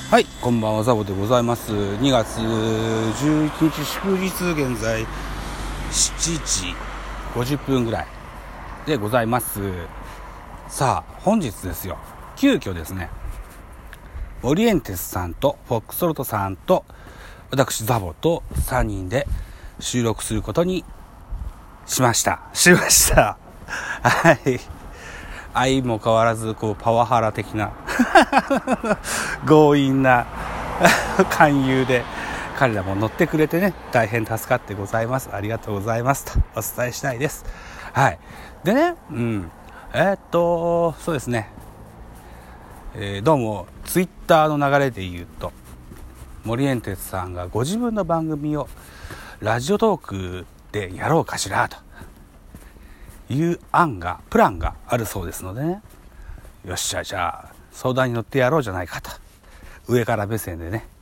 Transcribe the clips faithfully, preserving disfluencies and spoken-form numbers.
はい、こんばんは、ザボでございます。にがつじゅういちにち祝日、現在しちじごじゅっぷんぐらいでございます。さあ、本日ですよ、急遽ですね、オリエンテスさんとフォックソルトさんと私ザボとさんにんで収録することにしましたしましたはい、相も変わらずこうパワハラ的な強引な勧誘で彼らも乗ってくれてね、大変助かってございます。ありがとうございますとお伝えしたいです。はい。でね、うんえー、っとそうですね、えー、どうもツイッターの流れで言うと、モリエンテスさんがご自分の番組をラジオトークでやろうかしらという案がプランがあるそうですのでね、よっしゃ、じゃあ相談に乗ってやろうじゃないかと、上から目線でね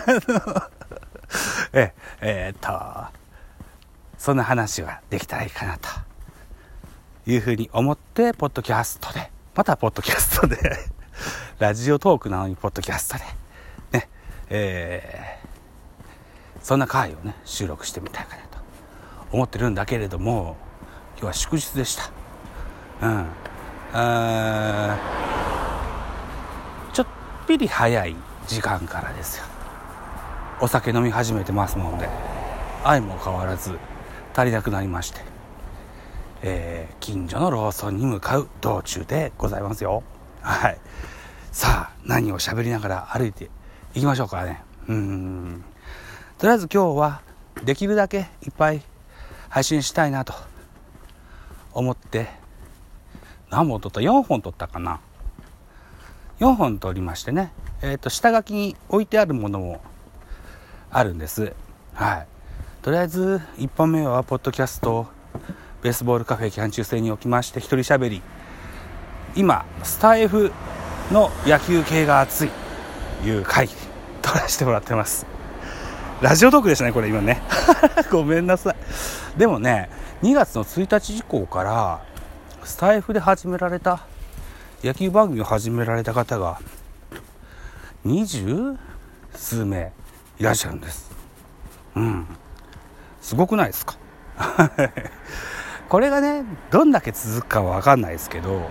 ええー、っとそんな話ができたらいいかなというふうに思って、ポッドキャストでまたポッドキャストでラジオトークなのにポッドキャストでね、えー、そんな回をね収録してみたいかなと思ってるんだけれども、今日は祝日でした。うんあちょっぴり早い時間からですよ。お酒飲み始めてますもんで、相も変わらず足りなくなりまして、えー、近所のローソンに向かう道中でございますよ。はい。さあ、何を喋りながら歩いていきましょうかね。うーんとりあえず今日はできるだけいっぱい配信したいなと思って、何本撮った？よんほん撮ったかな。よんほん撮りましてね、えーと下書きに置いてあるものもあるんです。はい。とりあえずいっぽんめはポッドキャストベースボールカフェ期間中制におきまして一人喋り、今スタイフの野球系が熱いという会議撮らせてもらってます。ラジオトークでしたねこれ今ねごめんなさい。でもね、にがつのついたち以降からスタイフで始められた野球番組を始められた方が二十数名いらっしゃるんです。うんすごくないですかこれがねどんだけ続くかは分かんないですけど、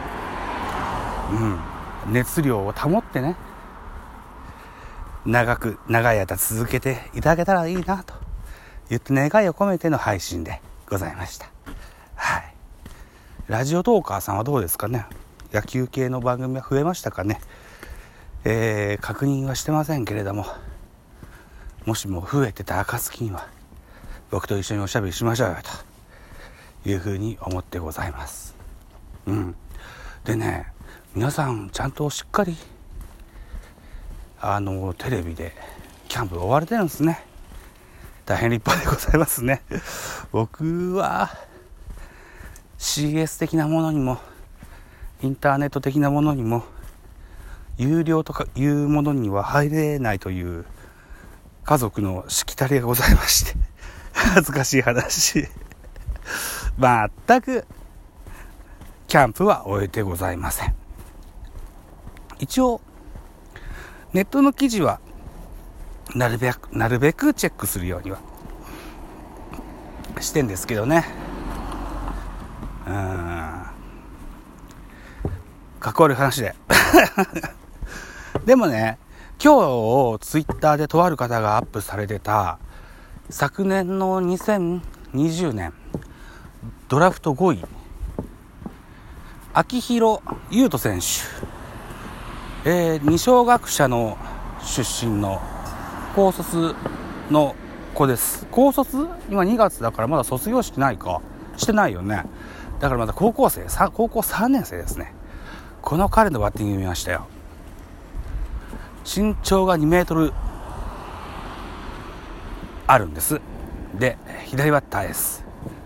うん熱量を保ってね、長く長い間続けていただけたらいいなと言って願いを込めての配信でございました。はい。ラジオトーカーさんはどうですかね。野球系の番組は増えましたかね。えー、確認はしてませんけれども、もしも増えてた暁には僕と一緒におしゃべりしましょうよというふうに思ってございます。うんでね、皆さんちゃんとしっかりあのテレビでキャンプ終われてるんですね。大変立派でございますね。僕は シーエス 的なものにもインターネット的なものにも有料とかいうものには入れないという家族のしきたりがございまして恥ずかしい話全くキャンプは終えてございません。一応ネットの記事はなるべくなるべくチェックするようにはしてんですけどね。うーんかっこ悪い話ででもね、今日ツイッターでとある方がアップされてた昨年のにせんにじゅうねんドラフトごい秋広優斗選手、えー、二松学舎の出身の高卒の子です。高卒今にがつだからまだ卒業式ないかしてないよね。だからまだ高校生高校さんねん生ですね。この彼のバッティング見ましたよ。身長がにメートルあるんです。で左バッターです。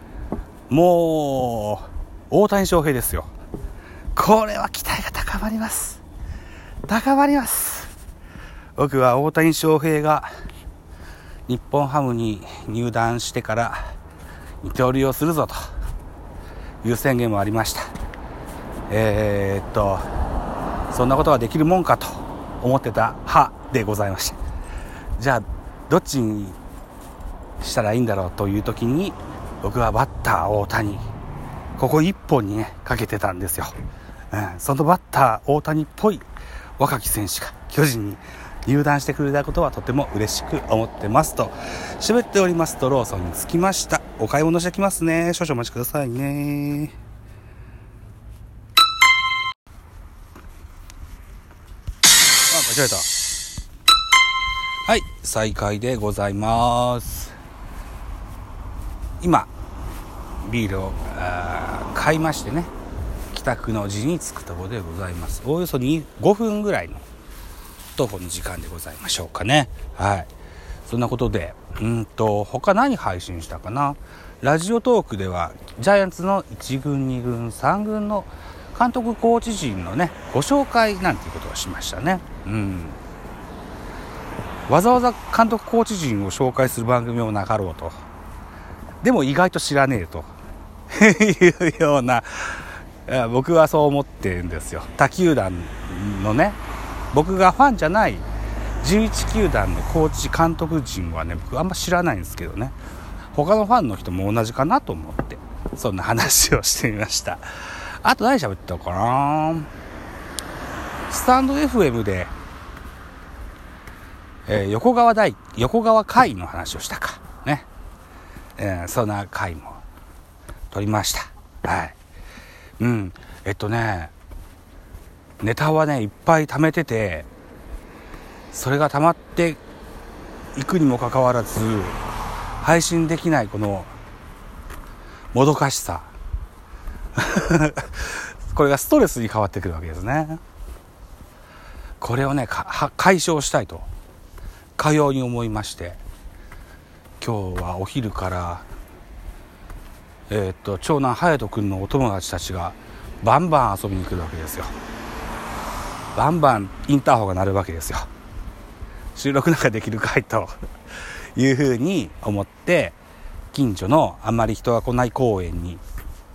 もう大谷翔平ですよ。これは期待が高まります高まります僕は大谷翔平が日本ハムに入団してから二刀流をするぞという宣言もありました。えー、っとそんなことができるもんかと思ってた派でございました。じゃあどっちにしたらいいんだろうという時に、僕はバッター大谷、ここ一本にねかけてたんですよ、うん、そのバッター大谷っぽい若き選手が巨人に入団してくれたことはとても嬉しく思ってますと喋っております。とローソンに着きました。お買い物してきますね。少々お待ちくださいね。あ、間違えた。はい、再開でございます。今ビールを買いましてね、帰宅の時に着くところでございます。およそごふんぐらいの徒歩の時間でございましょうかね。はい、そんなことでうんと他何配信したかな。ラジオトークではジャイアンツのいち軍に軍さん軍の監督コーチ陣のねご紹介なんていうことをしましたね。うんわざわざ監督コーチ陣を紹介する番組もなかろうと、でも意外と知らねえというような、僕はそう思ってるんですよ。他球団のね、僕がファンじゃないじゅういち球団のコーチ監督陣はね、僕あんま知らないんですけどね、他のファンの人も同じかなと思ってそんな話をしてみました。あと何喋ったかな。スタンド エフエム で、えー、横川大横川会の話をしたかね、えー、そんな会も撮りました。はい、うんえっとねネタはねいっぱい貯めてて、それが溜まっていくにもかかわらず配信できないこのもどかしさこれがストレスに変わってくるわけですね。これをね解消したいとかように思いまして、今日はお昼からえー、っと長男隼人君のお友達たちがバンバン遊びに来るわけですよ。バンバンインターホンが鳴るわけですよ。収録なんかできるかいというふうに思って、近所のあんまり人が来ない公園に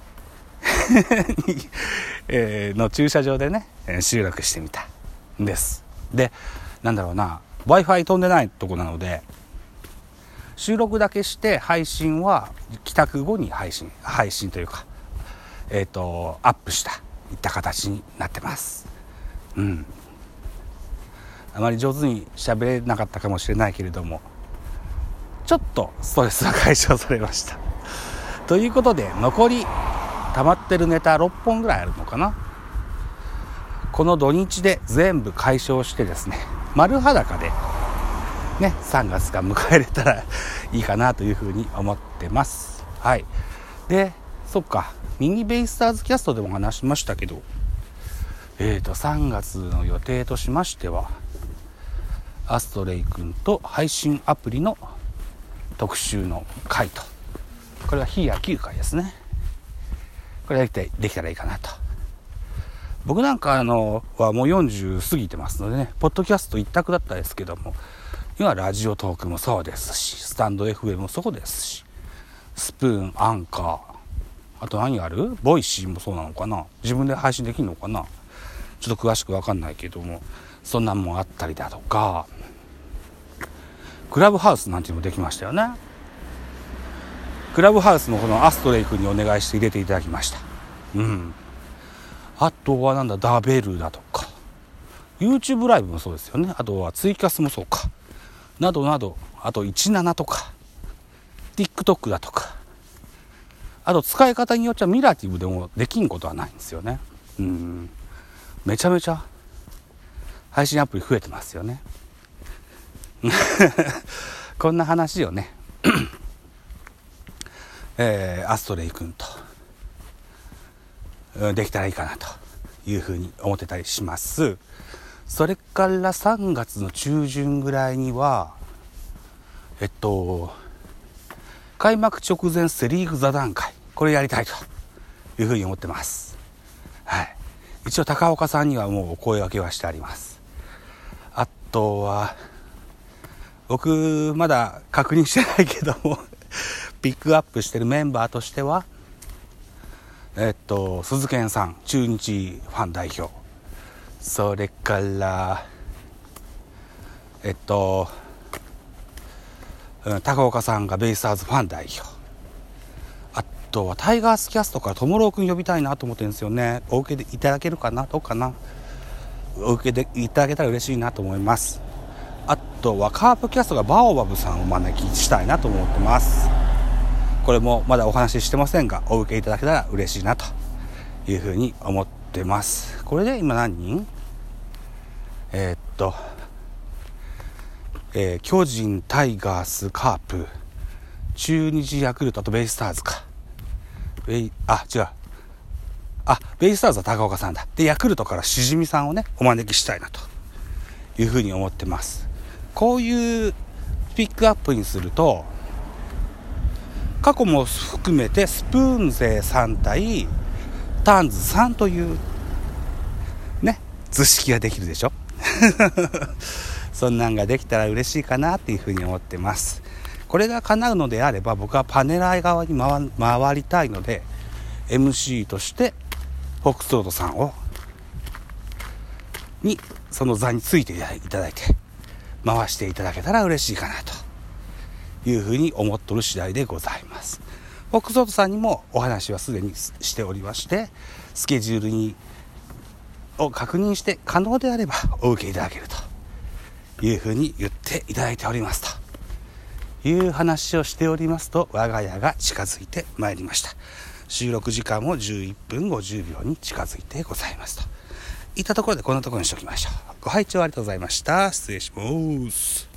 えー、の駐車場でね収録してみたんです。でなんだろうな Wi-Fi 飛んでないとこなので、収録だけして配信は帰宅後に配信配信というかえっとアップしたいった形になってます。うんあまり上手に喋れなかったかもしれないけれども、ちょっとストレスが解消されましたということで、残り溜まってるネタろっぽんぐらいあるのかな。この土日で全部解消してですね、丸裸でねさんがつが迎えれたらいいかなというふうに思ってます。はい。でそっかミニベイスターズキャストでも話しましたけど、えーとさんがつの予定としましては、アストレイ君と配信アプリの特集の回と、これは非野球回ですね。これでできたらいいかなと。僕なんかあのはもうよんじゅう過ぎてますのでね、ポッドキャスト一択だったですけども、今ラジオトークもそうですし、スタンド エフエム もそうですし、スプーン、アンカー、あと何ある？ボイシーもそうなのかな。自分で配信できるのかな。ちょっと詳しく分かんないけども、そんなんもあったりだとか、クラブハウスなんていうのもできましたよね。クラブハウスもこのアストレイ君にお願いして入れていただきました。うん。あとはなんだダベルだとか、YouTube ライブもそうですよね。あとはツイキャスもそうか。などなど、あとじゅうななとか、TikTok だとか、あと使い方によっちゃミラティブでもできんことはないんですよね。うん。めちゃめちゃ配信アプリ増えてますよね。こんな話をね、えー、アストレイ君とできたらいいかなというふうに思ってたりします。それからさんがつの中旬ぐらいにはえっと開幕直前セリーグ座談会、これやりたいというふうに思ってます。はい。一応高岡さんにはもうお声掛けはしてあります。あとは僕まだ確認してないけどもピックアップしてるメンバーとしてはえっと鈴賢さん、中日ファン代表、それからえっと、うん、高岡さんがベイスターズファン代表、あとはタイガースキャストからともろうくん呼びたいなと思ってるんですよね。お受けでいただけるかな、どうかな、お受けでいただけたら嬉しいなと思います。あとはカープキャストがバオバブさんをお招きしたいなと思ってます。これもまだお話ししてませんが、お受けいただけたら嬉しいなというふうに思ってます。これで今何人えー、っと、えー、巨人、タイガース、カープ、中日、ヤクルト、あとベイスターズか。ベイ、あ、違う。あ、ベイスターズは高岡さんだ。で、ヤクルトからしじみさんをね、お招きしたいなというふうに思ってます。こういうピックアップにすると、過去も含めてスプーン勢さん対ターンズさんというね、図式ができるでしょそんなんができたら嬉しいかなっていうふうに思ってます。これが叶うのであれば、僕はパネラー側に 回, 回りたいので エムシー としてフォックストロートさんをにその座についていただいて回していただけたら嬉しいかなというふうに思っとる次第でございます。フォックストロートさんにもお話はすでにしておりまして、スケジュールにを確認して可能であればお受けいただけるというふうに言っていただいておりますという話をしておりますと、我が家が近づいてまいりました。収録時間もじゅういっぷんごじゅうびょうに近づいてございますといったところで、こんなところにしておきましょう。ご拝聴ありがとうございました。失礼します。